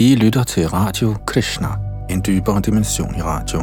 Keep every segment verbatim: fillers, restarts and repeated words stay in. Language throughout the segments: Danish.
I lytter til Radio Krishna, en dybere dimension i radio.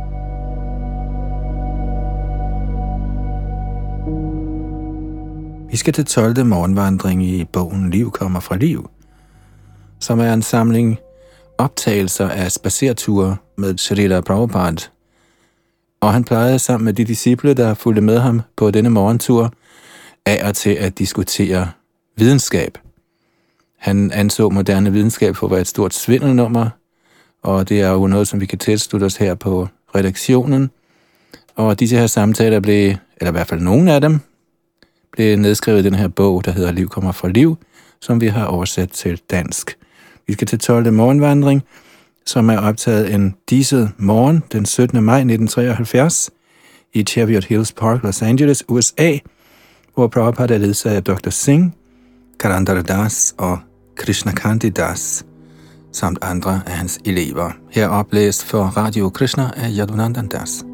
Vi skal til tolvte morgenvandring i bogen Liv kommer fra liv, som er en samling optagelser af spadserture med Srila Prabhupada. Og han plejede sammen med de disciple, der fulgte med ham på denne morgentur, af og til at diskutere videnskab. Han anså moderne videnskab for at være et stort svindelnummer, og det er jo noget, som vi kan tilslutte os her på redaktionen. Og disse her samtaler blev, eller i hvert fald nogle af dem, blev nedskrevet i den her bog, der hedder Liv kommer fra liv, som vi har oversat til dansk. Vi skal til tolvte morgenvandring, som er optaget en diset morgen den syttende maj nitten treoghalvfjerds i Chariot Hills Park, Los Angeles, U S A, hvor Prabhupada er ledsaget af doktor Singh, Karandara Das og Krishnakanti Das, samt andre af hans elever. Her oplæst for Radio Krishna af Yadunandan Das.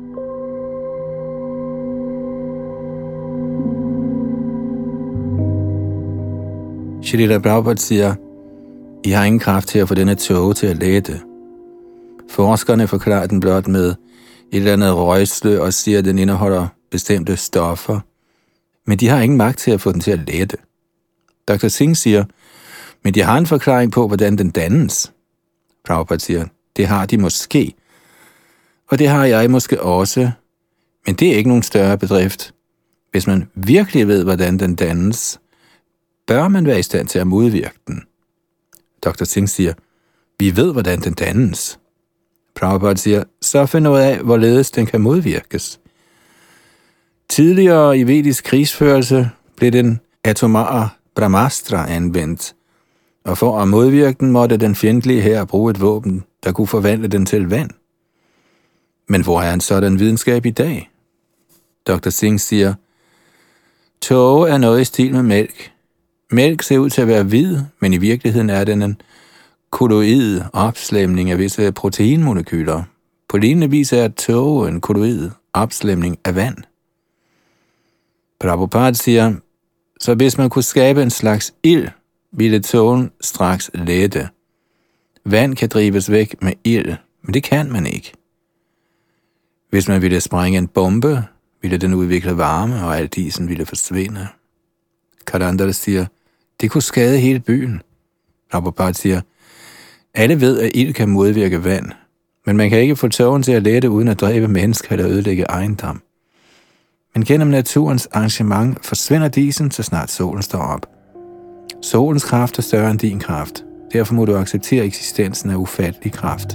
Srila Prabhupada siger, I har ingen kraft til at få denne tåge til at lette. Forskerne forklarer den blot med et eller andet røgslør og siger, at den indeholder bestemte stoffer, men de har ingen magt til at få den til at lette. doktor Singh siger, men de har en forklaring på, hvordan den dannes. Prabhupada siger, det har de måske, og det har jeg måske også, men det er ikke nogen større bedrift. Hvis man virkelig ved, hvordan den dannes, bør man være i stand til at modvirke den. doktor Singh siger, vi ved, hvordan den dannes. Prabhupada siger, så find ud af, hvorledes den kan modvirkes. Tidligere i vedisk krigsførelse blev den atomare brahmastra anvendt, og for at modvirke den måtte den fjendtlige hær bruge et våben, der kunne forvandle den til vand. Men hvor er en sådan videnskab i dag? doktor Singh siger, tåge er noget i stil med mælk. Mælk ser ud til at være hvid, men i virkeligheden er den en kolloid opslemning af visse proteinmolekyler. På lignende vis er tåge en kolloid opslemning af vand. Prabhupada siger, så hvis man kunne skabe en slags ild, ville tågen straks lette. Vand kan drives væk med ild, men det kan man ikke. Hvis man ville sprænge en bombe, ville den udvikle varme, og alt isen ville forsvinde. Karandara siger, det kunne skade hele byen. Prabhupada siger, alle ved, at ild kan modvirke vand, men man kan ikke få tågen til at lette uden at dræbe mennesker eller ødelægge ejendom. Men gennem naturens arrangement forsvinder disen, så snart solen står op. Solens kraft er større end din kraft. Derfor må du acceptere eksistensen af ufattelig kraft.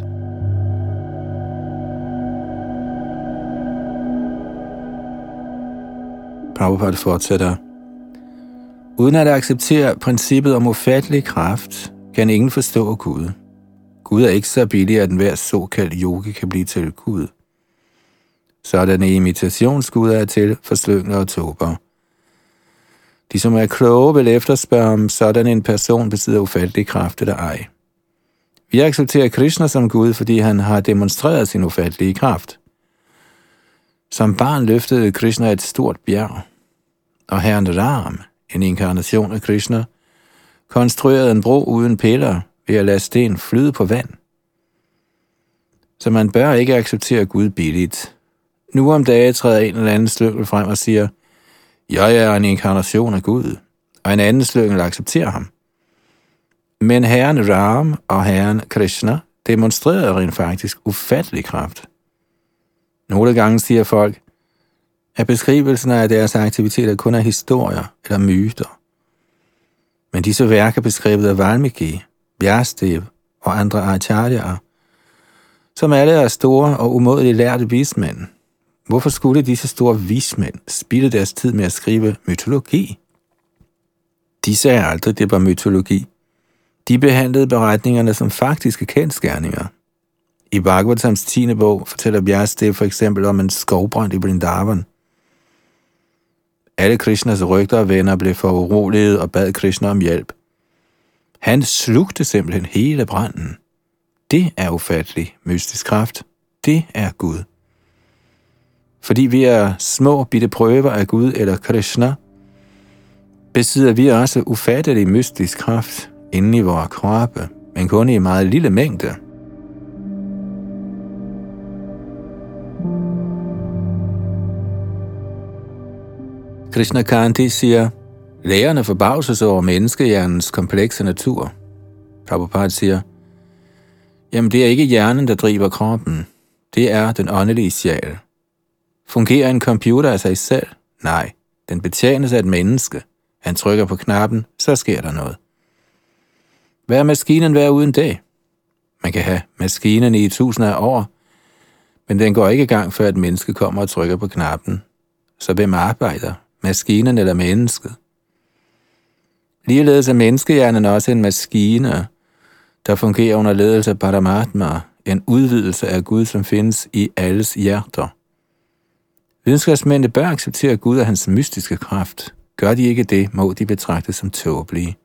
Prabhupada fortsætter. Uden at acceptere princippet om ufattelig kraft, kan ingen forstå Gud. Gud er ikke så billig, at enhver såkaldt yogi kan blive til Gud. Sådanne imitationsguder er til for slyngler og tåber. De, som er kloge, vil efterspørge, om sådan en person besidder ufattelig kraft eller ej. Vi accepterer Krishna som Gud, fordi han har demonstreret sin ufattelige kraft. Som barn løftede Krishna et stort bjerg, og herren Ram, en inkarnation af Krishna, konstruerede en bro uden piller ved at lade sten flyde på vand. Så man bør ikke acceptere Gud billigt. Nu om dage træder en eller anden slyngel frem og siger, jeg er en inkarnation af Gud, og en anden slyngel accepterer ham. Men herren Ram og herren Krishna demonstrerede rent faktisk ufattelig kraft. Nogle gange siger folk, at beskrivelsen af deres aktiviteter kun er historier eller myter. Men disse værker beskrevet af Valmiki, Vyasdev og andre acharyaer, som alle er store og umådeligt lærte vismænd. Hvorfor skulle disse store vismænd spilde deres tid med at skrive mytologi? De sagde aldrig, det var mytologi. De behandlede beretningerne som faktiske kendsgerninger. I Bhagavatams tiende bog fortæller Vyasdev for eksempel om en skovbrand i Vrindavan. Alle Krishnas rygter og venner blev foruroliget og bad Krishna om hjælp. Han slugte simpelthen hele branden. Det er ufattelig mystisk kraft. Det er Gud. Fordi vi er små bitte prøver af Gud eller Krishna, besidder vi også ufattelig mystisk kraft inde i vores kroppe. men kun i meget lille mængde. Krishna Kanti siger, lærerne forbavses over menneskehjernens komplekse natur. Prabhupada siger, jamen det er ikke hjernen, der driver kroppen. Det er den åndelige sjæl. Fungerer en computer af sig selv? Nej, den betjenes af et menneske. Han trykker på knappen, så sker der noget. Hvad er maskinen værd uden det? Man kan have maskinen i tusinder af år, men den går ikke i gang, før et menneske kommer og trykker på knappen. Så hvem arbejder? Maskinen eller mennesket? Ligeledes er menneskehjernen også en maskine, der fungerer under ledelse af Paramatma, en udvidelse af Gud, som findes i alles hjerter. Videnskabsmændene bør acceptere Gud og hans mystiske kraft. Gør de ikke det, må de betragtes som tåbelige.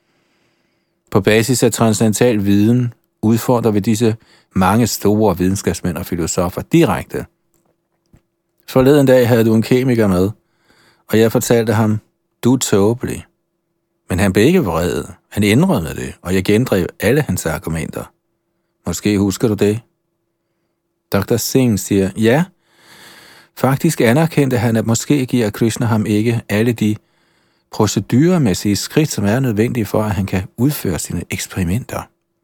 På basis af transcendental viden udfordrer vi disse mange store videnskabsmænd og filosofer direkte. Forleden dag havde du en kemiker med, og jeg fortalte ham, du er tåbelig. Men han blev ikke vred. Han indrømmede det, og jeg gendrev alle hans argumenter. Måske husker du det? doktor Singh siger, ja. Faktisk anerkendte han, at måske giver Krishna ham ikke alle de proceduremæssige skridt, som er nødvendige for, at han kan udføre sine eksperimenter.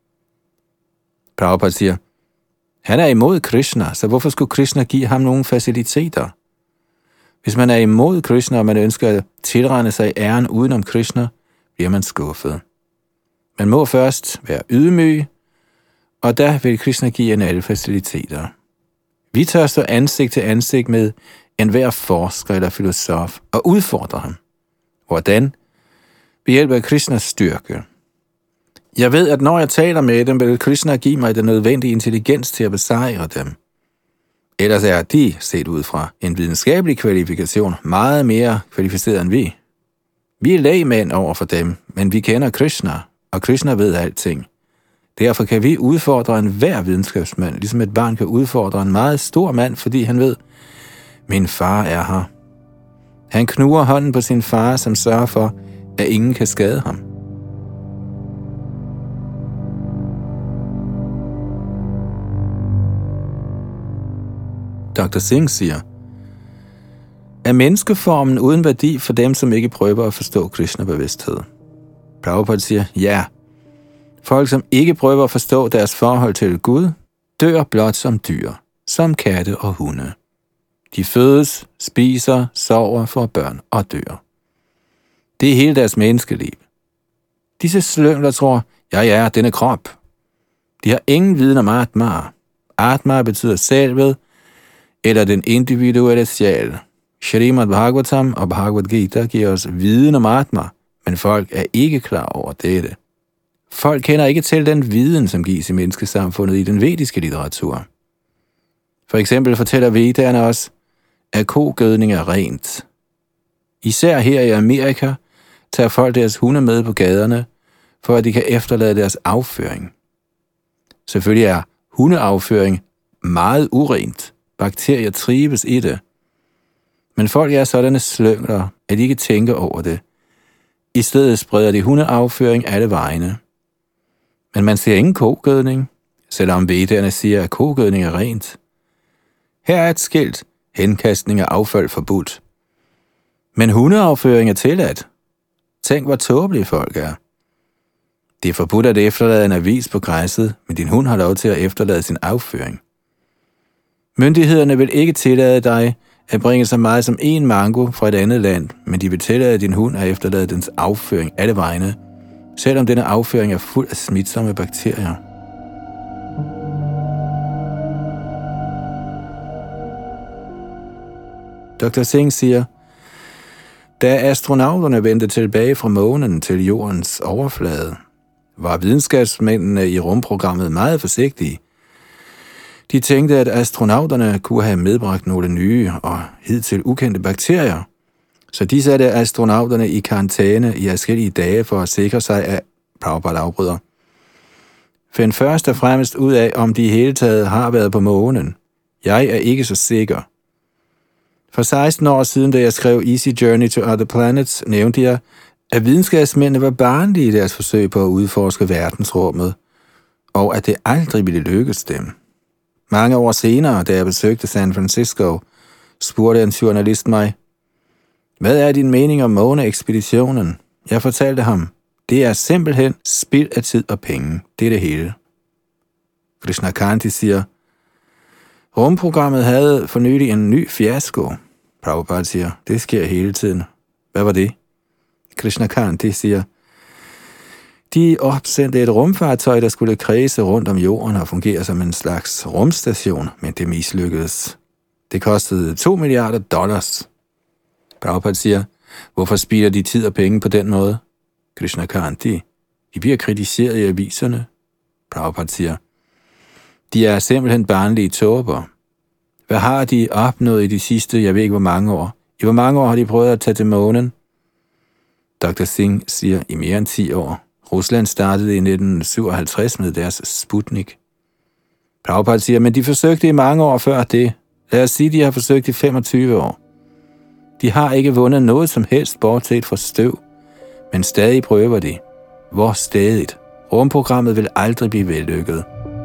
Prabhupada siger, han er imod Krishna, så hvorfor skulle Krishna give ham nogle faciliteter? Hvis man er imod Krishna, og man ønsker at tilrende sig æren udenom Krishna, bliver man skuffet. Man må først være ydmyg, og der vil Krishna give en alle faciliteter. Vi tør stå ansigt til ansigt med enhver forsker eller filosof og udfordre ham. Hvordan? Ved hjælp af Krishnas styrke. Jeg ved, at når jeg taler med dem, vil Krishna give mig den nødvendige intelligens til at besejre dem. Ellers er de, set ud fra en videnskabelig kvalifikation, meget mere kvalificeret end vi. Vi er lægmænd over for dem, men vi kender Krishna, og Krishna ved alting. Derfor kan vi udfordre en hver videnskabsmand, ligesom et barn kan udfordre en meget stor mand, fordi han ved, min far er her. Han knuger hånden på sin far, som sørger for, at ingen kan skade ham. doktor Singh siger, er menneskeformen uden værdi for dem, som ikke prøver at forstå Krishna-bevidsthed? Prabhupada siger, ja. Folk, som ikke prøver at forstå deres forhold til Gud, dør blot som dyr, som katte og hunde. De fødes, spiser, sover, får børn og dør. Det er hele deres menneskeliv. Disse slyngler tror, jeg er denne krop. De har ingen viden om Atma. Atma betyder selvet, eller den individuelle sjæl. Srimad Bhagavatam og Bhagavad Gita giver os viden om Atma, men folk er ikke klar over dette. Folk kender ikke til den viden, som gives i menneskesamfundet i den vediske litteratur. For eksempel fortæller Vedderne os, at kogødning er rent. Især her i Amerika tager folk deres hunde med på gaderne, for at de kan efterlade deres afføring. Selvfølgelig er hundeafføring meget urent. Bakterier trives i det. Men folk er sådanne slyngler, at de ikke tænker over det. I stedet spreder de hundeafføring alle vegne. Men man ser ingen kogødning, selvom Vedderne siger, at kogødning er rent. Her er et skilt, henkastning af affald forbudt. Men hundeafføring er tilladt. Tænk, hvor tåbelige folk er. Det er forbudt at efterlade en avis på græsset, men din hund har lov til at efterlade sin afføring. Myndighederne vil ikke tillade dig at bringe så meget som en mango fra et andet land, men de vil tillade din hund at efterlade dens afføring alle vegne, selvom denne afføring er fuld af smitsomme bakterier. doktor Singh siger, da astronauterne vendte tilbage fra månen til jordens overflade, var videnskabsmændene i rumprogrammet meget forsigtige. De tænkte, at astronauterne kunne have medbragt nogle nye og hidtil ukendte bakterier, så de satte astronauterne i karantæne i adskillige dage for at sikre sig, at Prabhupada afbryder. Find først og fremmest ud af, om de i hele taget har været på månen. Jeg er ikke så sikker. For seksten år siden, da jeg skrev Easy Journey to Other Planets, nævnte jeg, at videnskabsmændene var barnlige i deres forsøg på at udforske verdensrummet, og at det aldrig ville lykkes dem. Mange år senere, da jeg besøgte San Francisco, spurgte en journalist mig, hvad er din mening om måneekspeditionen? Jeg fortalte ham, det er simpelthen spild af tid og penge. Det er det hele. Krishnakanta siger, rumprogrammet havde for nylig en ny fiasko. Prabhupada siger, det sker hele tiden. Hvad var det? Krishnakanta siger, de opsendte et rumfartøj, der skulle kredse rundt om jorden og fungere som en slags rumstation, men det mislykkedes. Det kostede to milliarder dollars. Prabhupada siger, hvorfor spilder de tid og penge på den måde? Krishnakanta, de bliver kritiseret i aviserne. Prabhupada siger, de er simpelthen barnlige tåber. Hvad har de opnået i de sidste, jeg ved ikke hvor mange år? I hvor mange år har de prøvet at tage til månen? doktor Singh siger, i mere end ti år. Rusland startede i nitten syvoghalvtreds med deres Sputnik. Prabhupada siger, men de forsøgte i mange år før det. Lad os sige, de har forsøgt i femogtyve år. De har ikke vundet noget som helst, bortset fra støv. Men stadig prøver de. Hvor stadigt? Rumprogrammet vil aldrig blive vellykket.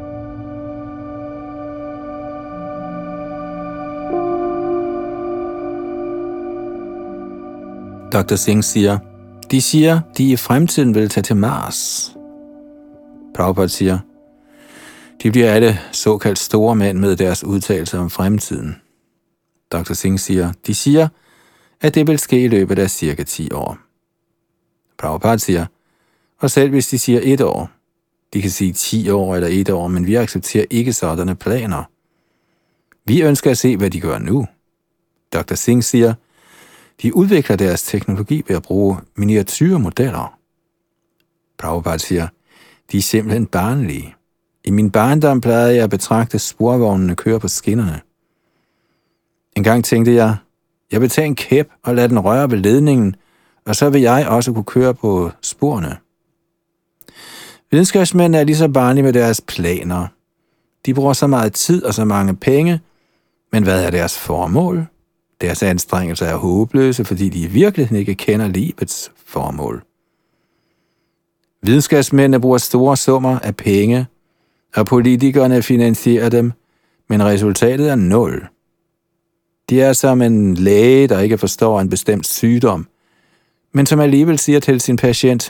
doktor Singh siger, de siger, de i fremtiden vil tage til Mars. Prabhupada siger, de bliver alle såkaldt store mænd med deres udtalelser om fremtiden. doktor Singh siger, de siger, at det vil ske i løbet af cirka ti år. Prabhupada siger, og selv hvis de siger et år, de kan sige ti år eller et år, men vi accepterer ikke sådanne planer. Vi ønsker at se, hvad de gør nu. doktor Singh siger, de udvikler deres teknologi ved at bruge miniatyrmodeller. Prabhupada siger, de er simpelthen barnlige. I min barndom plejede jeg at betragte sporvognene køre på skinnerne. En gang tænkte jeg, jeg vil tage en kæp og lade den røre ved ledningen, og så vil jeg også kunne køre på sporene. Videnskabsmænd er lige så barnlige med deres planer. De bruger så meget tid og så mange penge, men hvad er deres formål? Deres anstrengelser er håbløse, fordi de i virkeligheden ikke kender livets formål. Videnskabsmændene bruger store summer af penge, og politikerne finansierer dem, men resultatet er nul. De er som en læge, der ikke forstår en bestemt sygdom, men som alligevel siger til sin patient,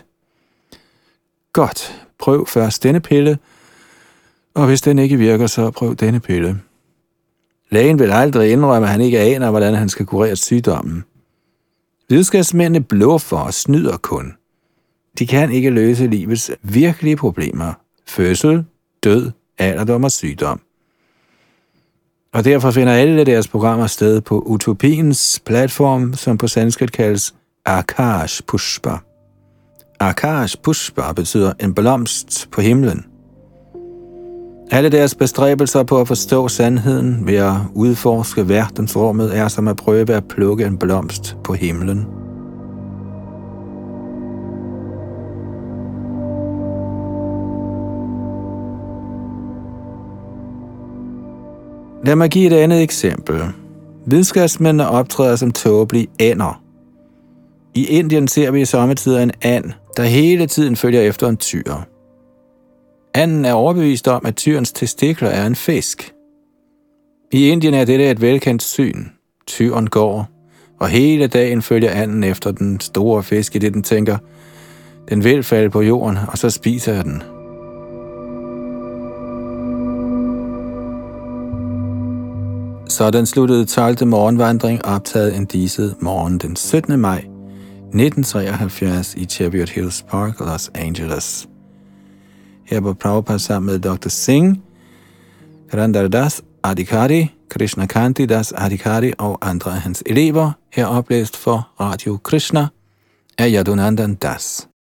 godt, prøv først denne pille, og hvis den ikke virker, så prøv denne pille. Lægen vil aldrig indrømme, at han ikke aner, hvordan han skal kurere sygdommen. Videnskabsmændene bluffer og snyder kun. De kan ikke løse livets virkelige problemer. Fødsel, død, alderdom og sygdom. Og derfor finder alle deres programmer sted på utopiens platform, som på sanskrit kaldes Akash Pushpa. Akash Pushpa betyder en blomst på himlen. Alle deres bestræbelser på at forstå sandheden ved at udforske verdensrummet er som at prøve at plukke en blomst på himlen. Lad mig give et andet eksempel. Videnskabsmændene optræder som tåbelige ænder. I Indien ser vi i sommetider en and, der hele tiden følger efter en tyr. Anden er overbevist om, at tyrens testikler er en fisk. I Indien er dette et velkendt syn. Tyren går, og hele dagen følger anden efter den store fisk, i det den tænker, den vil falde på jorden, og så spiser jeg den. Sådan sluttede tolvte morgenvandring optaget en diset morgen den syttende maj nitten treoghalvfjerds i Cheviot Hills Park, Los Angeles. Her var Prabhupada sammen med doktor Singh, Karandar Das Adhikari, Krishnakanta Das Adhikari og andre af hans elever, her oplæst for Radio Krishna af Yadunandan Das.